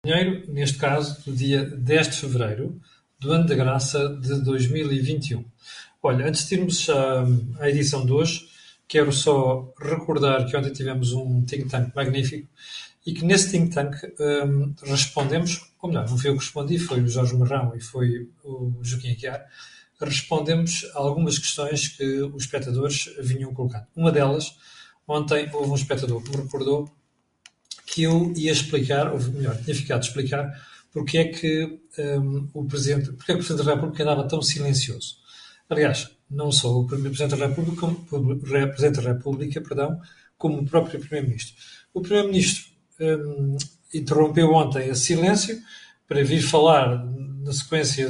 Dinheiro, neste caso, do dia 10 de fevereiro do ano da graça de 2021. Olha, antes de irmos à edição de hoje, quero só recordar que ontem tivemos um think tank magnífico e que nesse think tank respondemos, ou melhor, não foi eu que respondi, foi o Jorge Marrão e foi o Joaquim Aguiar, respondemos a algumas questões que os espectadores vinham colocando. Uma delas, ontem houve um espectador que me recordou que eu ia explicar, ou melhor, tinha ficado de explicar porque é que porque é que o Presidente da República andava tão silencioso. Aliás, não só o Presidente da República, como o próprio Primeiro-Ministro. O Primeiro-Ministro interrompeu ontem esse silêncio para vir falar na sequência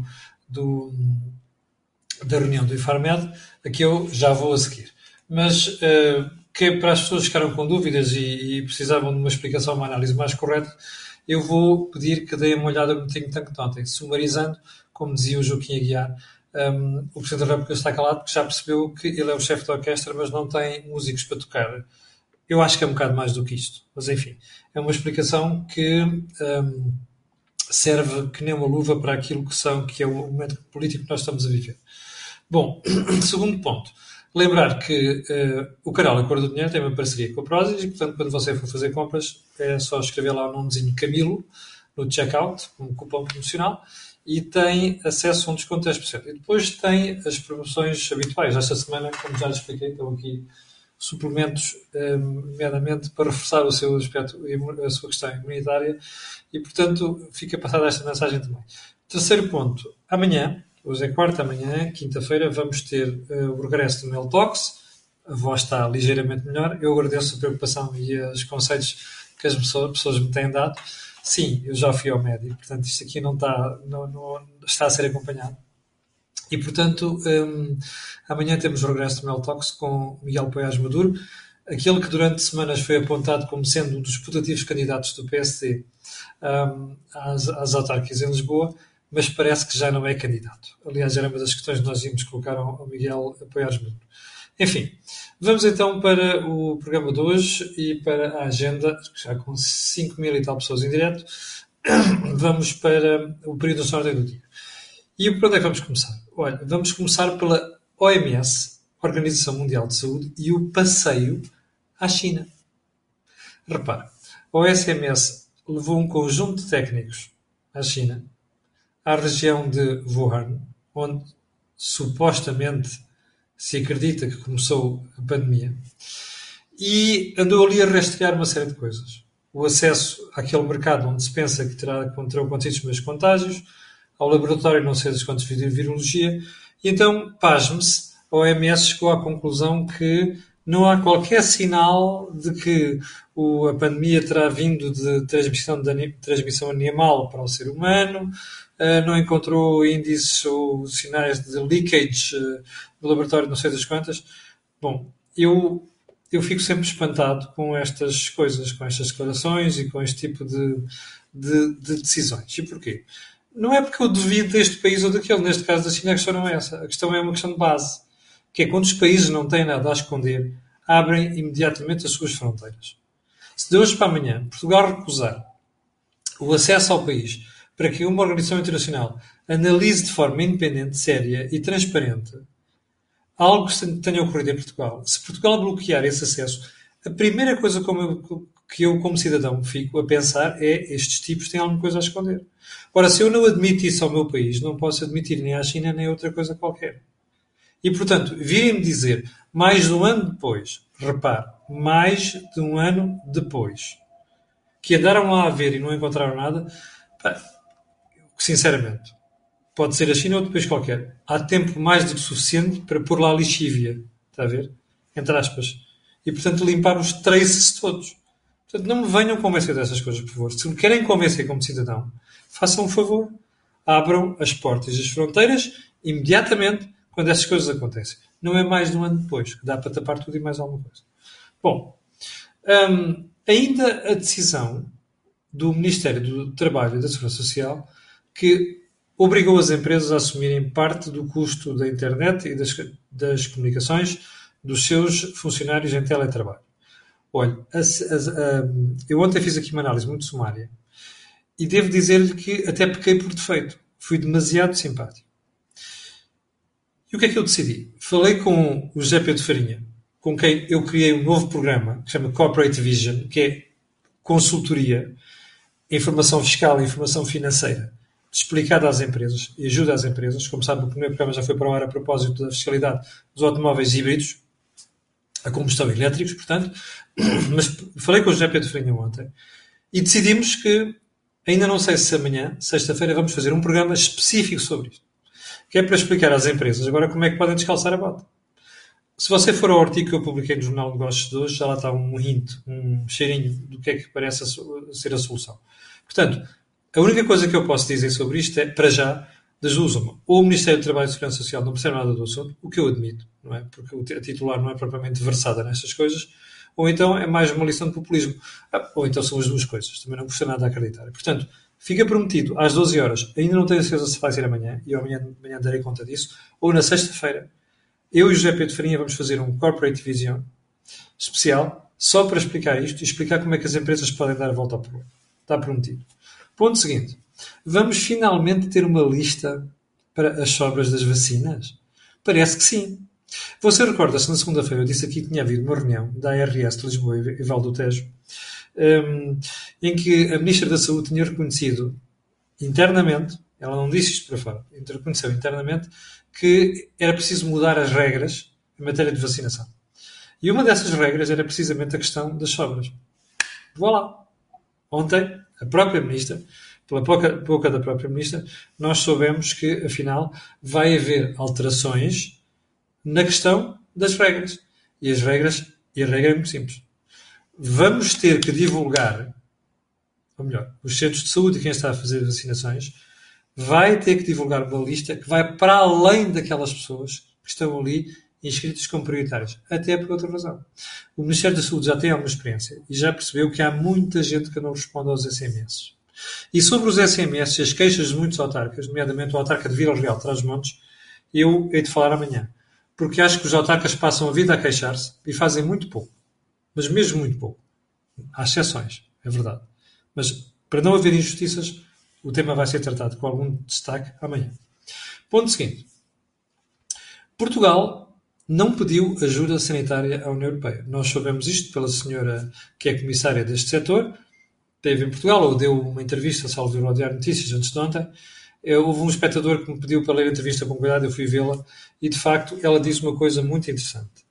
da reunião do IFARMED, a que eu já vou a seguir. Mas que para as pessoas que ficaram com dúvidas e precisavam de uma explicação, uma análise mais correta, eu vou pedir que deem uma olhada no think tank de ontem, sumarizando, como dizia o Joaquim Aguiar, o Presidente da República está calado porque já percebeu que ele é o chefe da orquestra, mas não tem músicos para tocar. Eu acho que é um bocado mais do que isto, mas enfim, é uma explicação que serve que nem uma luva para aquilo que é o momento político que nós estamos a viver. Bom, segundo ponto. Lembrar que o canal A Cor do Dinheiro tem uma parceria com a Prozis e, portanto, quando você for fazer compras, é só escrever lá o nomezinho Camilo no checkout, como cupom promocional, e tem acesso a um desconto de 10%. E depois tem as promoções habituais. Esta semana, como já lhe expliquei, estão aqui suplementos, nomeadamente para reforçar o seu aspecto, a sua questão imunitária, e, portanto, fica passada esta mensagem também. Terceiro ponto. Amanhã, hoje é quarta, amanhã, quinta-feira, vamos ter o regresso do Mel Talks. A voz está ligeiramente melhor. Eu agradeço a preocupação e os conselhos que as pessoas me têm dado. Sim, eu já fui ao médico, portanto, isto aqui não está a ser acompanhado. E, portanto, amanhã temos o regresso do Mel Talks com Miguel Poiás Maduro, aquele que durante semanas foi apontado como sendo um dos putativos candidatos do PSD às autárquicas em Lisboa, mas parece que já não é candidato. Aliás, era uma das questões que nós íamos colocar ao Miguel Poiás Maduro. Enfim, vamos então para o programa de hoje e para a agenda, já com 5.000 e tal pessoas em direto, vamos para o período de ordem do dia. E por onde é que vamos começar? Olha, vamos começar pela OMS, Organização Mundial de Saúde, e o passeio à China. Repare, a OMS levou um conjunto de técnicos à China, à região de Wuhan, onde supostamente se acredita que começou a pandemia, e andou ali a rastrear uma série de coisas. O acesso àquele mercado onde se pensa que terão acontecido os primeiros contágios, ao laboratório não sei das quantas de virologia, e então, pasme-se, a OMS chegou à conclusão que não há qualquer sinal de que a pandemia terá vindo de transmissão animal para o ser humano, não encontrou índices ou sinais de leakage no laboratório não sei das quantas. Bom, eu fico sempre espantado com estas coisas, com estas declarações e com este tipo de decisões. E porquê? Não é porque eu duvido deste país ou daquele. Neste caso da China, a questão não é essa. A questão é uma questão de base. Que é quando os países não têm nada a esconder, abrem imediatamente as suas fronteiras. Se de hoje para amanhã Portugal recusar o acesso ao país para que uma organização internacional analise de forma independente, séria e transparente algo que tenha ocorrido em Portugal, se Portugal bloquear esse acesso, a primeira coisa que eu, como cidadão, fico a pensar é estes tipos têm alguma coisa a esconder. Ora, se eu não admito isso ao meu país, não posso admitir nem à China nem a outra coisa qualquer. E, portanto, virem-me dizer, mais de um ano depois, repare, mais de um ano depois, que andaram lá a ver e não encontraram nada, sinceramente, pode ser a China ou outro país qualquer. Há tempo mais do que suficiente para pôr lá a lixívia. Está a ver? Entre aspas. E, portanto, limpar os traces todos. Portanto, não me venham convencer dessas coisas, por favor. Se me querem convencer como cidadão, façam um favor. Abram as portas e as fronteiras imediatamente quando essas coisas acontecem. Não é mais de um ano depois, que dá para tapar tudo e mais alguma coisa. Bom, ainda a decisão do Ministério do Trabalho e da Segurança Social que obrigou as empresas a assumirem parte do custo da internet e das comunicações dos seus funcionários em teletrabalho. Olha, eu ontem fiz aqui uma análise muito sumária E devo dizer-lhe que até pequei por defeito. Fui demasiado simpático. E o que é que eu decidi? Falei com o José Pedro Farinha, com quem eu criei um novo programa que se chama Corporate Vision, que é consultoria, informação fiscal e informação financeira, explicada às empresas e ajuda às empresas. Como sabe, o primeiro programa já foi para o ar a propósito da fiscalidade dos automóveis híbridos, a combustão elétricos, portanto. Mas falei com o José Pedro Farinha ontem e decidimos que, ainda não sei se amanhã, sexta-feira, vamos fazer um programa específico sobre isto, que é para explicar às empresas agora como é que podem descalçar a bota. Se você for ao artigo que eu publiquei no Jornal de Negócios de hoje, já lá está um hint, um cheirinho do que é que parece ser a solução. Portanto, a única coisa que eu posso dizer sobre isto é, para já, das duas uma. Ou o Ministério do Trabalho e Segurança Social não percebe nada do assunto, o que eu admito, não é? Porque a titular não é propriamente versada nestas coisas, ou então é mais uma lição de populismo. Ou então são as duas coisas. Também não custa nada a acreditar. Portanto, fica prometido, às 12 horas, ainda não tenho certeza se vai ser amanhã, e amanhã de manhã darei conta disso, ou na sexta-feira, eu e o José Pedro Farinha vamos fazer um Corporate Vision especial, só para explicar isto e explicar como é que as empresas podem dar a volta ao problema. Está prometido. Ponto seguinte. Vamos finalmente ter uma lista para as sobras das vacinas? Parece que sim. Você recorda-se, na segunda-feira eu disse aqui que tinha havido uma reunião da ARS de Lisboa e Val do Tejo, em que a Ministra da Saúde tinha reconhecido internamente, ela não disse isto para fora, reconheceu internamente que era preciso mudar as regras em matéria de vacinação. E uma dessas regras era precisamente a questão das sobras. Voilà. Ontem, a própria Ministra, pela boca da própria Ministra, nós soubemos que, afinal, vai haver alterações na questão das regras. E a regra é muito simples. Vamos ter que divulgar, ou melhor, os centros de saúde e quem está a fazer vacinações, vai ter que divulgar uma lista que vai para além daquelas pessoas que estão ali inscritas como prioritárias. Até por outra razão. O Ministério da Saúde já tem alguma experiência e já percebeu que há muita gente que não responde aos SMS. E sobre os SMS, as queixas de muitos autarcas, nomeadamente o autarca de Vila Real de Trás-os-Montes, eu hei de falar amanhã. Porque acho que os autarcas passam a vida a queixar-se e fazem muito pouco. Mas mesmo muito pouco. Há exceções, é verdade. Mas, para não haver injustiças, o tema vai ser tratado com algum destaque amanhã. Ponto seguinte. Portugal não pediu ajuda sanitária à União Europeia. Nós soubemos isto pela senhora que é comissária deste setor, esteve em Portugal, ou deu uma entrevista, salvo ao Diário de Notícias, antes de ontem. Houve um espectador que me pediu para ler a entrevista com cuidado, eu fui vê-la, e de facto ela disse uma coisa muito interessante.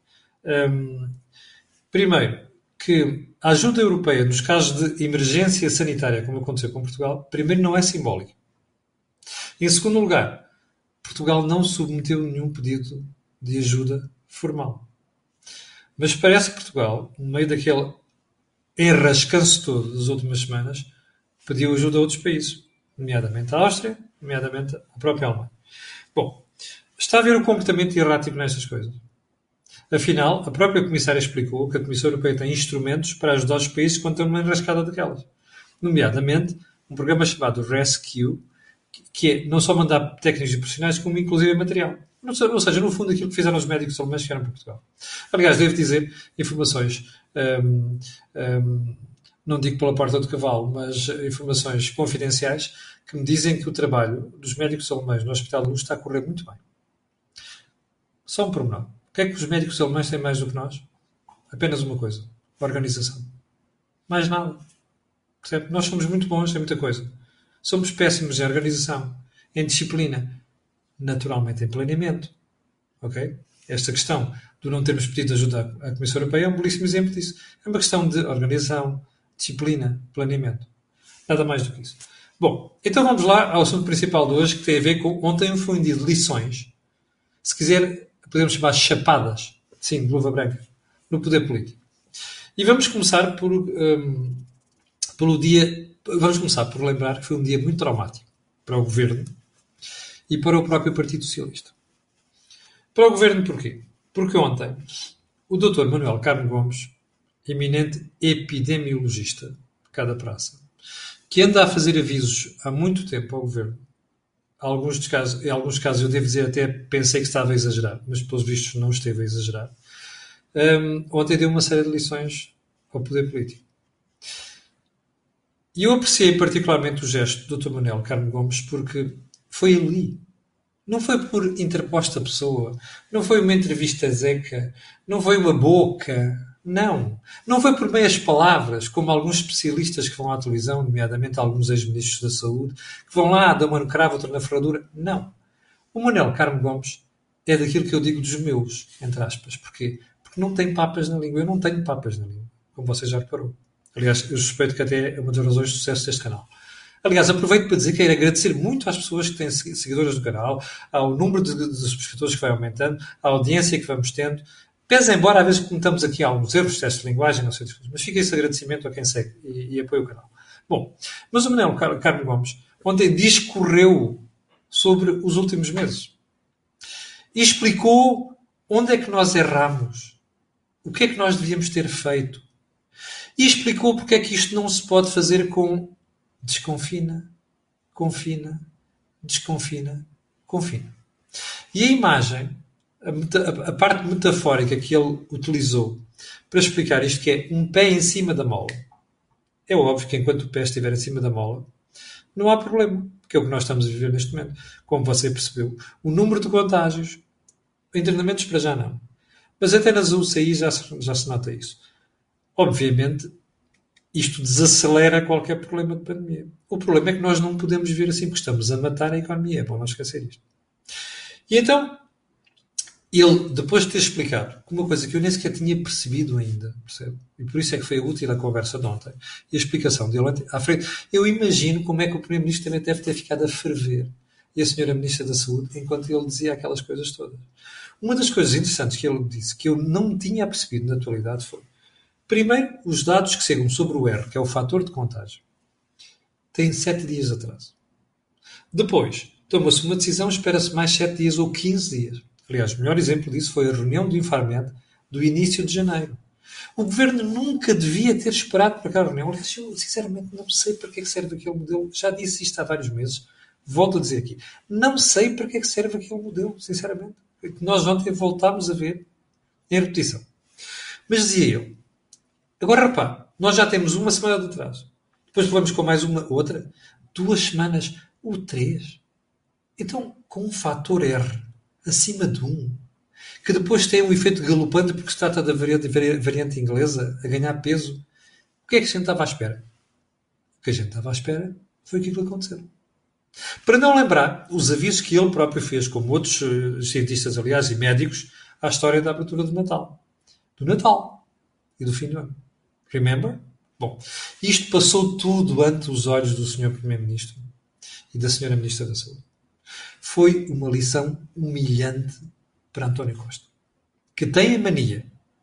Primeiro, que a ajuda europeia nos casos de emergência sanitária, como aconteceu com Portugal, primeiro não é simbólica. Em segundo lugar, Portugal não submeteu nenhum pedido de ajuda formal. Mas parece que Portugal, no meio daquele enrascanço todo das últimas semanas, pediu ajuda a outros países, nomeadamente a Áustria, nomeadamente a própria Alemanha. Bom, está a ver o comportamento errático nestas coisas. Afinal, a própria Comissária explicou que a Comissão Europeia tem instrumentos para ajudar os países quando estão numa enrascada daquelas. Nomeadamente, um programa chamado Rescue, que é não só mandar técnicos e profissionais, como inclusive material. Ou seja, no fundo, aquilo que fizeram os médicos alemães que vieram para Portugal. Aliás, devo dizer, informações, não digo pela porta do cavalo, mas informações confidenciais, que me dizem que o trabalho dos médicos alemães no Hospital de Luz está a correr muito bem. Só um pormenor. O que é que os médicos alemães têm mais do que nós? Apenas uma coisa. Organização. Mais nada. Percebe? Nós somos muito bons em muita coisa. Somos péssimos em organização, em disciplina, naturalmente em planeamento. Ok? Esta questão do não termos pedido ajuda à Comissão Europeia é um belíssimo exemplo disso. É uma questão de organização, disciplina, planeamento. Nada mais do que isso. Bom, então vamos lá ao assunto principal de hoje, que tem a ver com ontem foi um dia de lições. Se quiser, podemos chamar chapadas, sim, de luva branca, no poder político. E vamos começar pelo dia. Vamos começar por lembrar que foi um dia muito traumático para o Governo e para o próprio Partido Socialista. Para o Governo, porquê? Porque ontem o Dr. Manuel Carmo Gomes, eminente epidemiologista de cada praça, que anda a fazer avisos há muito tempo ao Governo, em alguns casos eu devo dizer até pensei que estava a exagerar, mas pelos vistos não esteve a exagerar, ontem deu uma série de lições ao poder político. E eu apreciei particularmente o gesto do Dr. Manuel Carmo Gomes porque foi ali. Não foi por interposta pessoa, não foi uma entrevista zeca, não foi uma boca, não. Não foi por meias palavras, como alguns especialistas que vão à televisão, nomeadamente alguns ex-ministros da Saúde, que vão lá, dão uma no cravo, outra na ferradura. Não. O Manuel Carmo Gomes é daquilo que eu digo dos meus, entre aspas. Porquê? Porque não tem papas na língua. Eu não tenho papas na língua, como você já reparou. Aliás, eu suspeito que até é uma das razões de sucesso deste canal. Aliás, aproveito para dizer que quero agradecer muito às pessoas que têm seguidores do canal, ao número de subscritores que vai aumentando, à audiência que vamos tendo. Pese embora, às vezes, cometamos aqui alguns erros, testes de linguagem, não sei de coisas, mas fica esse agradecimento a quem segue e apoia o canal. Bom, mas o Manuel Carmo Gomes ontem discorreu sobre os últimos meses e explicou onde é que nós erramos, o que é que nós devíamos ter feito e explicou porque é que isto não se pode fazer com desconfina, confina, desconfina, confina. E a imagem, a parte metafórica que ele utilizou para explicar isto, que é um pé em cima da mola, é óbvio que enquanto o pé estiver em cima da mola, não há problema, que é o que nós estamos a viver neste momento. Como você percebeu, o número de contágios, internamentos para já não. Mas até nas UCI já se nota isso. Obviamente, isto desacelera qualquer problema de pandemia. O problema é que nós não podemos ver assim, porque estamos a matar a economia. É bom não esquecer isto. E então, ele, depois de ter explicado uma coisa que eu nem sequer tinha percebido ainda, percebe? E por isso é que foi útil a conversa de ontem e a explicação dele à frente, eu imagino como é que o Primeiro-Ministro também deve ter ficado a ferver e a Senhora Ministra da Saúde enquanto ele dizia aquelas coisas todas. Uma das coisas interessantes que ele disse, que eu não tinha percebido na atualidade, foi: primeiro, os dados que chegam sobre o R, que é o fator de contágio, têm 7 dias de atraso. Depois, toma-se uma decisão, espera-se mais 7 dias ou 15 dias. Aliás, o melhor exemplo disso foi a reunião do Infarmed do início de janeiro. O governo nunca devia ter esperado para aquela reunião. Aliás, eu sinceramente não sei para que é que serve aquele modelo. Já disse isto há vários meses. Volto a dizer aqui. Não sei para que é que serve aquele modelo, sinceramente. Nós ontem voltámos a ver em repetição. Mas dizia eu, agora repare, nós já temos uma semana de atraso. Depois vamos com mais uma outra. 2 semanas ou 3. Então, com um fator R acima de 1, que depois tem um efeito galopante porque se trata da variante inglesa a ganhar peso, o que é que a gente estava à espera? O que a gente estava à espera foi aquilo que aconteceu. Para não lembrar os avisos que ele próprio fez, como outros cientistas, aliás, e médicos, à história da abertura do Natal. Do Natal e do fim do ano. Remember? Bom, isto passou tudo ante os olhos do Sr. Primeiro-Ministro e da Sra. Ministra da Saúde. Foi uma lição humilhante para António Costa, que tem a mania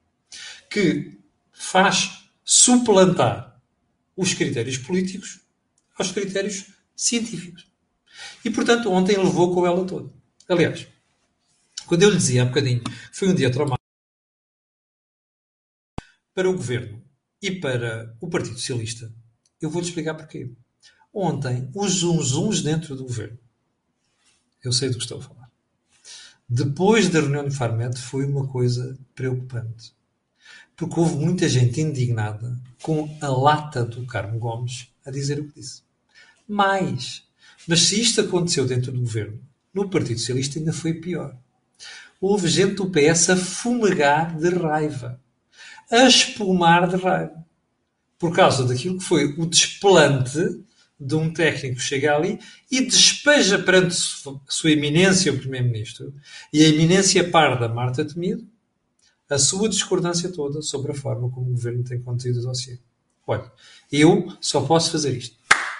que faz suplantar os critérios políticos aos critérios científicos. E, portanto, ontem levou com ela toda. Aliás, quando eu lhe dizia há bocadinho que foi um dia traumático para o Governo e para o Partido Socialista, eu vou-lhe explicar porquê. Ontem, os zunzuns dentro do Governo, eu sei do que estou a falar, depois da reunião de Farmed, foi uma coisa preocupante. Porque houve muita gente indignada com a lata do Carmo Gomes a dizer o que disse. Mas se isto aconteceu dentro do Governo, no Partido Socialista ainda foi pior. Houve gente do PS a fumegar de raiva, a espumar de raiva, por causa daquilo que foi o desplante de um técnico que chega ali e despeja perante sua eminência o Primeiro-Ministro e a eminência parda Marta Temido a sua discordância toda sobre a forma como o Governo tem conduzido o dossiê. Olha, eu só posso fazer isto.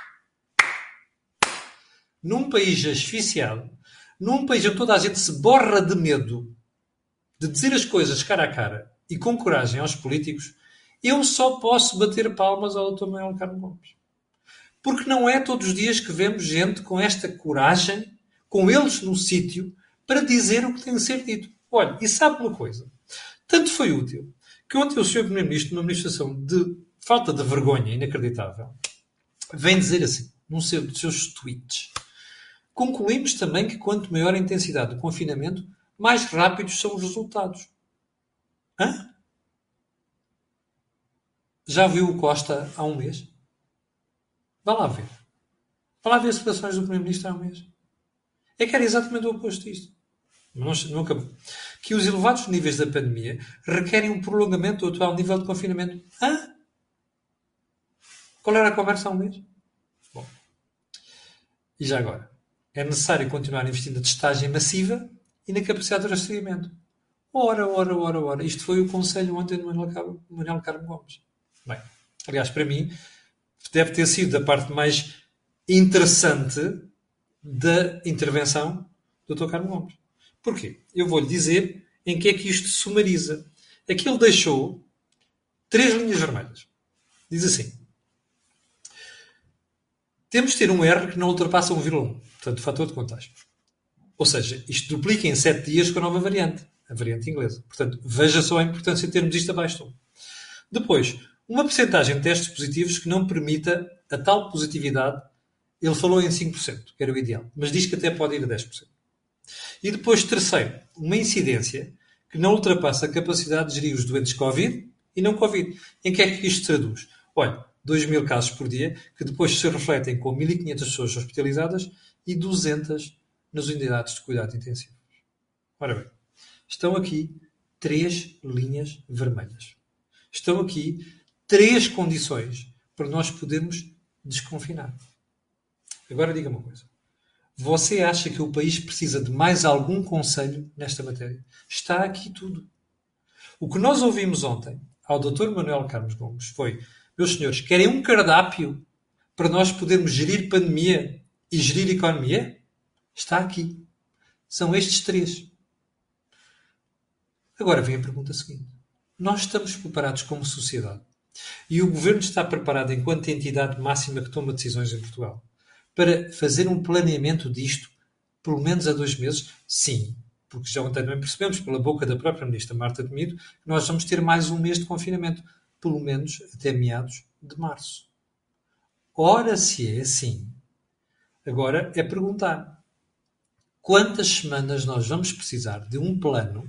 Num país asfixiado, num país onde toda a gente se borra de medo de dizer as coisas cara a cara e com coragem aos políticos, eu só posso bater palmas ao Dr. Manuel Carmo Gomes. Porque não é todos os dias que vemos gente com esta coragem, com eles no sítio, para dizer o que tem de ser dito. Olha, e sabe uma coisa? Tanto foi útil que ontem o Sr. Primeiro-Ministro, numa manifestação de falta de vergonha inacreditável, vem dizer assim, num dos seus tweets: concluímos também que quanto maior a intensidade do confinamento, mais rápidos são os resultados. Hã? Já viu o Costa há um mês? Vá lá ver. Vá lá ver as declarações do Primeiro-Ministro há um mês. É que era exatamente o oposto disto. Mas não acabou. Que os elevados níveis da pandemia requerem um prolongamento do atual nível de confinamento. Hã? Qual era a conversa há um mês? Bom, e já agora? É necessário continuar a investir na testagem massiva e na capacidade de rastreamento. Ora. Isto foi o conselho ontem do Manuel Carmo Gomes. Bem, aliás, para mim, deve ter sido da parte mais interessante da intervenção do Dr. Carmo Gomes. Porquê? Eu vou-lhe dizer em que é que isto sumariza. Aquilo deixou 3 linhas vermelhas. Diz assim: temos de ter um R que não ultrapassa 1,1. Portanto, o fator de contágio. Ou seja, isto duplica em 7 dias com a nova variante. A variante inglesa. Portanto, veja só a importância de termos isto abaixo de 1. Depois, uma percentagem de testes positivos que não permita a tal positividade. Ele falou em 5%, que era o ideal. Mas diz que até pode ir a 10%. E depois, terceiro, uma incidência que não ultrapassa a capacidade de gerir os doentes Covid e não Covid. Em que é que isto se traduz? Olha, 2.000 casos por dia, que depois se refletem com 1.500 pessoas hospitalizadas e 200 nas unidades de cuidado intensivo. Ora bem, estão aqui 3 linhas vermelhas. Estão aqui 3 condições para nós podermos desconfinar. Agora diga uma coisa. Você acha que o país precisa de mais algum conselho nesta matéria? Está aqui tudo. O que nós ouvimos ontem ao Dr. Manuel Carmo Gomes foi: meus senhores, querem um cardápio para nós podermos gerir pandemia e gerir economia? Está aqui. São estes 3. Agora vem a pergunta seguinte. Nós estamos preparados como sociedade e o Governo está preparado enquanto entidade máxima que toma decisões em Portugal para fazer um planeamento disto, pelo menos a 2 meses? Sim, porque já ontem também percebemos, pela boca da própria Ministra Marta Temido, que nós vamos ter mais um mês de confinamento, pelo menos até meados de março. Ora, se é assim, agora é perguntar: quantas semanas nós vamos precisar de um plano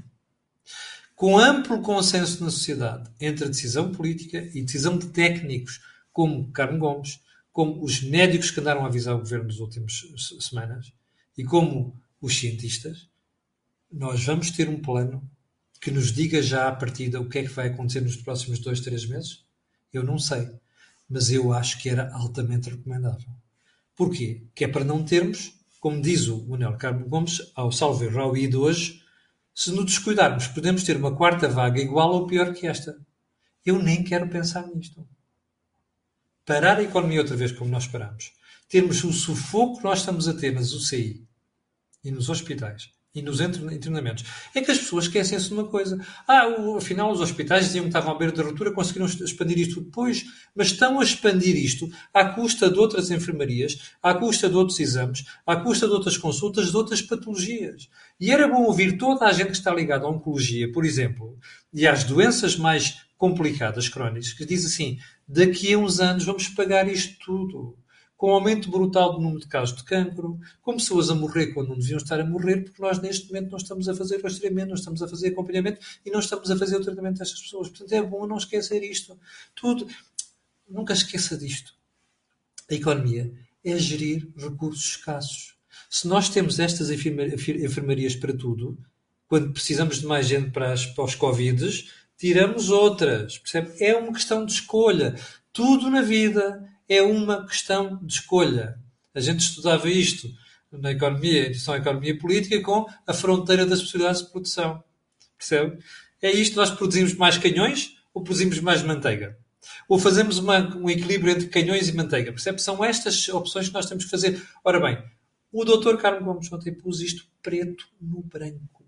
com amplo consenso na sociedade entre a decisão política e decisão de técnicos como Carmo Gomes, como os médicos que andaram a avisar o governo nas últimas semanas e como os cientistas? Nós vamos ter um plano que nos diga já à partida o que é que vai acontecer nos próximos 2, 3 meses? Eu não sei, mas eu acho que era altamente recomendável. Porquê? Que é para não termos, como diz o Manuel Carmo Gomes, ao Salve Raui de hoje, se nos descuidarmos, podemos ter uma 4ª vaga igual ou pior que esta. Eu nem quero pensar nisto. Parar a economia outra vez como nós paramos. Termos o sufoco que nós estamos a ter nas UCI e nos hospitais e nos internamentos. É que as pessoas esquecem-se de uma coisa. Afinal, os hospitais diziam que estavam à beira da ruptura, conseguiram expandir isto depois, mas estão a expandir isto à custa de outras enfermarias, à custa de outros exames, à custa de outras consultas, de outras patologias. E era bom ouvir toda a gente que está ligada à oncologia, por exemplo, e às doenças mais complicadas, crónicas, que diz assim: daqui a uns anos vamos pagar isto tudo. Com um aumento brutal do número de casos de cancro, com pessoas a morrer quando não deviam estar a morrer, porque nós neste momento não estamos a fazer rastreamento, não estamos a fazer acompanhamento e não estamos a fazer o tratamento destas pessoas. Portanto, é bom não esquecer isto. Tudo. Nunca esqueça disto. A economia é gerir recursos escassos. Se nós temos estas enfermarias para tudo, quando precisamos de mais gente para os Covids, tiramos outras. Percebe? É uma questão de escolha. Tudo na vida é uma questão de escolha. A gente estudava isto na economia, introdução à economia política, com a fronteira das possibilidades de produção. Percebe? É isto: nós produzimos mais canhões ou produzimos mais manteiga? Ou fazemos um equilíbrio entre canhões e manteiga? Percebe? São estas opções que nós temos que fazer. Ora bem, o Dr. Carmo Gomes ontem pôs isto preto no branco.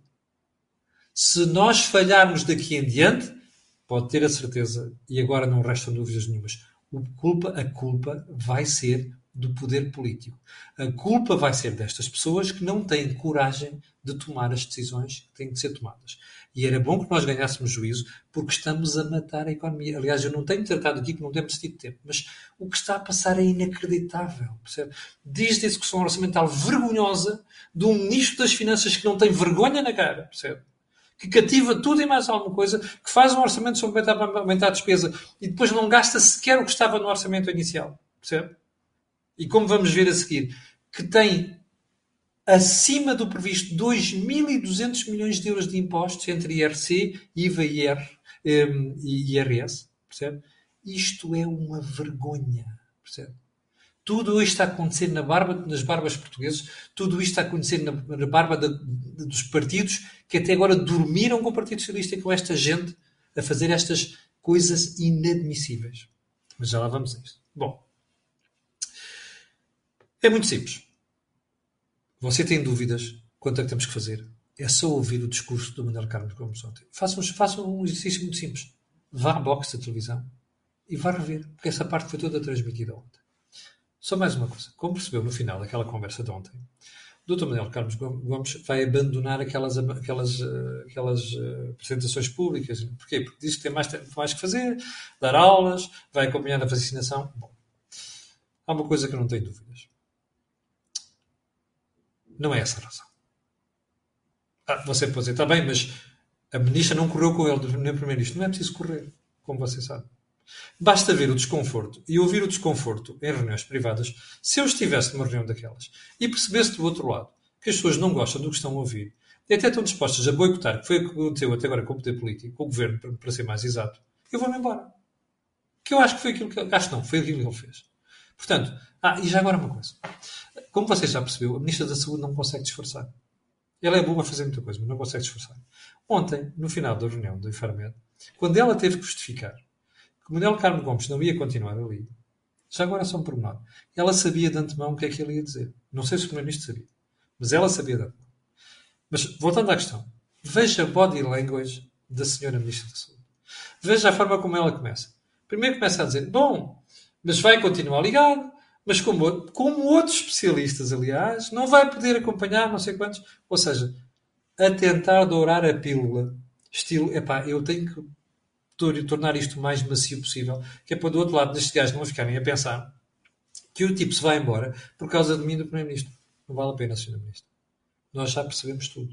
Se nós falharmos daqui em diante, pode ter a certeza, e agora não restam dúvidas nenhumas, a culpa vai ser do poder político. A culpa vai ser destas pessoas que não têm coragem de tomar as decisões que têm de ser tomadas. E era bom que nós ganhássemos juízo, porque estamos a matar a economia. Aliás, eu não tenho tratado aqui que não temos tido tempo, mas o que está a passar é inacreditável. Percebe? Desde a execução orçamental vergonhosa de um ministro das Finanças que não tem vergonha na cara, percebe? Que cativa tudo e mais alguma coisa, que faz um orçamento sobre aumentar a despesa e depois não gasta sequer o que estava no orçamento inicial. Percebe? e como vamos ver a seguir, que tem acima do previsto 2.200 milhões de euros de impostos entre IRC, IVA e IRS, percebe? Isto é uma vergonha, percebe? Tudo isto está a acontecer nas barbas portugueses, tudo isto está a acontecer na barba dos partidos que até agora dormiram com o Partido Socialista e com esta gente a fazer estas coisas inadmissíveis. Mas já lá vamos a isto. Bom, é muito simples. Você tem dúvidas quanto a que temos que fazer? É só ouvir o discurso do Manuel Carlos Gomes ontem. Faça um exercício muito simples. Vá à box da televisão e vá rever, porque essa parte foi toda transmitida ontem. Só mais uma coisa. Como percebeu no final daquela conversa de ontem, o Dr. Manuel Carlos Gomes vai abandonar aquelas apresentações públicas. Porquê? Porque diz que tem mais que fazer, dar aulas, vai acompanhar a vacinação. Bom, há uma coisa que eu não tenho dúvidas. Não é essa a razão. Você pode dizer, está bem, mas a ministra não correu com ele, nem o primeiro-ministro. Não é preciso correr, como você sabe. Basta ver o desconforto e ouvir o desconforto em reuniões privadas. Se eu estivesse numa reunião daquelas e percebesse do outro lado que as pessoas não gostam do que estão a ouvir e até estão dispostas a boicotar, que foi o que aconteceu até agora com o poder político, com o governo, para ser mais exato, eu vou-me embora. Que eu acho que foi aquilo que... Acho que não, foi aquilo que ele fez. Portanto, e já agora uma coisa. Como você já percebeu, a Ministra da Saúde não consegue disfarçar. Ela é boa a fazer muita coisa, mas não consegue disfarçar. Ontem, no final da reunião do Infarmed, quando ela teve que justificar que o Manuel Carmo Gomes não ia continuar ali, já agora só um pormenor, ela sabia de antemão o que é que ele ia dizer. Não sei se o Primeiro-Ministro sabia, mas ela sabia de antemão. Mas, voltando à questão, veja a body language da senhora Ministra da Saúde. Veja a forma como ela começa. Primeiro começa a dizer, bom, mas vai continuar ligado, mas como outros especialistas, aliás, não vai poder acompanhar não sei quantos. Ou seja, a tentar dourar a pílula. Estilo, eu tenho que tornar isto o mais macio possível, que é para do outro lado destes gajos não ficarem a pensar que o tipo se vai embora por causa de mim do Primeiro-Ministro. Não vale a pena, Sr. Ministro. Nós já percebemos tudo.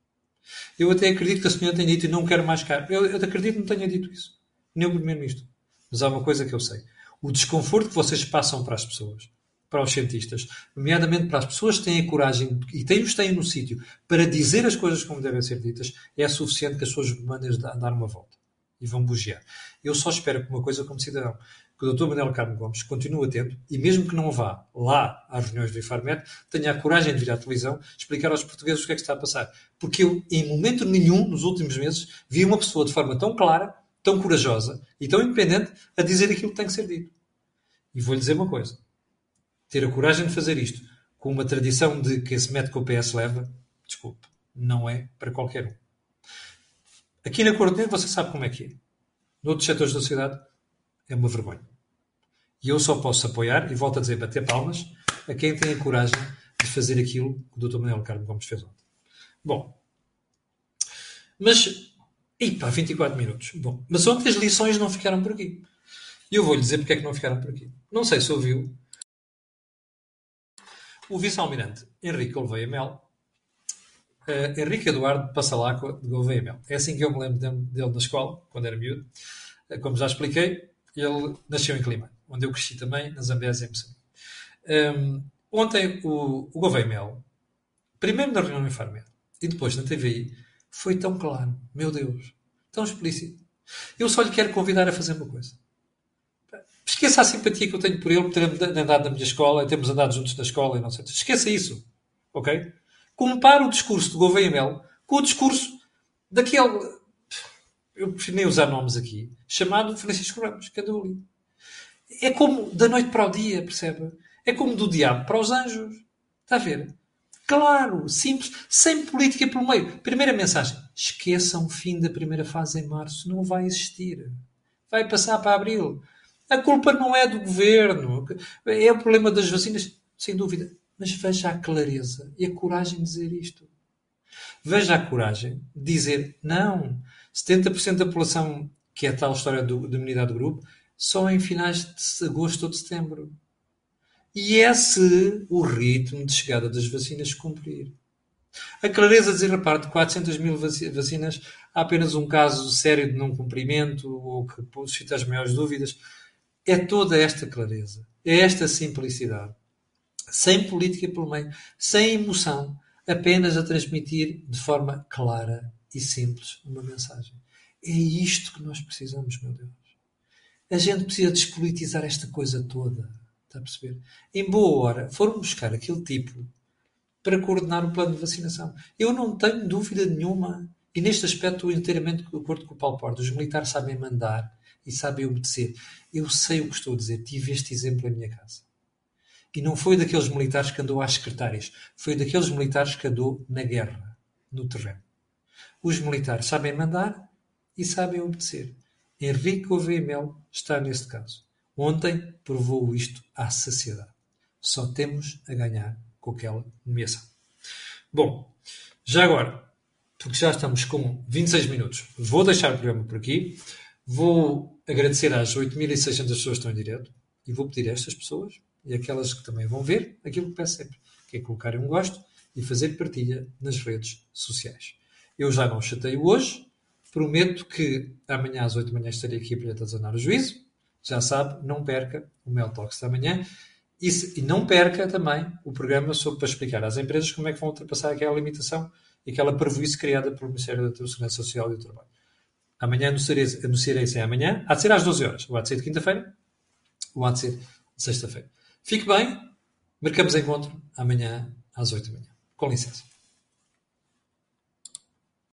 Eu até acredito que a senhora tenha dito e não quero mais cá. Eu acredito que não tenha dito isso. Nem o Primeiro-Ministro. Mas há uma coisa que eu sei. O desconforto que vocês passam para as pessoas, para os cientistas, nomeadamente para as pessoas que têm a coragem e os têm no sítio para dizer as coisas como devem ser ditas, é suficiente que as pessoas mandem dar uma volta. E vão bugiar. Eu só espero que uma coisa como cidadão, que o Dr. Manuel Carmo Gomes continue atento e mesmo que não vá lá às reuniões do Infarmed, tenha a coragem de vir à televisão explicar aos portugueses o que é que está a passar. Porque eu, em momento nenhum, nos últimos meses, vi uma pessoa de forma tão clara, tão corajosa e tão independente a dizer aquilo que tem que ser dito. E vou-lhe dizer uma coisa. Ter a coragem de fazer isto com uma tradição de que se mete com o PS leva, desculpe, não é para qualquer um. Aqui na Cor do Negro você sabe como é que é. Noutros setores da sociedade é uma vergonha. E eu só posso apoiar, e volto a dizer, bater palmas, a quem tem a coragem de fazer aquilo que o Dr. Manuel Carmo Gomes fez ontem. Bom, mas... 24 minutos. Bom, mas ontem as lições não ficaram por aqui. E eu vou-lhe dizer porque é que não ficaram por aqui. Não sei se ouviu o vice-almirante Henrique Gouveia Mel, Henrique Eduardo Passalaco de Gouveia Mel. É assim que eu me lembro dele na escola, quando era miúdo. Como já expliquei, ele nasceu em Climane, onde eu cresci também, na Zambésia, em Moçambique. Ontem, o Gouveia Mel, primeiro na reunião do Infarmed e depois na TVI, foi tão claro, meu Deus, tão explícito. Eu só lhe quero convidar a fazer uma coisa. Esqueça a simpatia que eu tenho por ele, por ter andado na minha escola, termos andado juntos na escola e não sei. Esqueça isso. Ok? Compare o discurso de Gouveia Mel com o discurso daquele, eu prefiro nem usar nomes aqui, chamado Francisco Ramos, que andou ali. É como da noite para o dia, percebe? É como do diabo para os anjos. Está a ver? Claro, simples, sem política pelo meio. Primeira mensagem. Esqueçam o fim da primeira fase em março. Não vai existir. Vai passar para abril. A culpa não é do governo. É o problema das vacinas, sem dúvida. Mas veja a clareza e a coragem de dizer isto. Veja a coragem de dizer não. 70% da população, que é a tal história da imunidade de grupo, só em finais de agosto ou de setembro. E é se o ritmo de chegada das vacinas cumprir. A clareza de dizer, repare, de 400 mil vacinas, há apenas um caso sério de não cumprimento ou que suscita as maiores dúvidas. É toda esta clareza, é esta simplicidade sem política pelo meio, sem emoção, apenas a transmitir de forma clara e simples uma mensagem. É isto que nós precisamos, meu Deus. A gente precisa despolitizar esta coisa toda. Está a perceber? Em boa hora, foram buscar aquele tipo para coordenar o plano de vacinação. Eu não tenho dúvida nenhuma, e neste aspecto estou inteiramente de acordo com o Paulo Porta. Os militares sabem mandar e sabem obedecer. Eu sei o que estou a dizer. Tive este exemplo em minha casa. E não foi daqueles militares que andou às secretárias. Foi daqueles militares que andou na guerra, no terreno. Os militares sabem mandar e sabem obedecer. Henrique Gouveia Melo está neste caso. Ontem provou isto à saciedade. Só temos a ganhar com aquela nomeação. Bom, já agora, porque já estamos com 26 minutos, vou deixar o programa por aqui. Vou agradecer às 8.600 pessoas que estão em direto e vou pedir a estas pessoas e aquelas que também vão ver aquilo que peço sempre, que é colocarem um gosto e fazer partilha nas redes sociais. Eu já não chateio hoje, prometo que amanhã às 8 da manhã estarei aqui para lhe atazanar o juízo. Já sabe, não perca o Mel Talks da manhã e não perca também o programa para explicar às empresas como é que vão ultrapassar aquela limitação e aquela prejuízo criada pelo Ministério da Segurança Social e do Trabalho. Amanhã anunciarei se é amanhã. Há de ser às 12 horas. Ou há de ser de quinta-feira, ou há de ser de sexta-feira. Fique bem. Marcamos encontro amanhã às 8 da manhã. Com licença.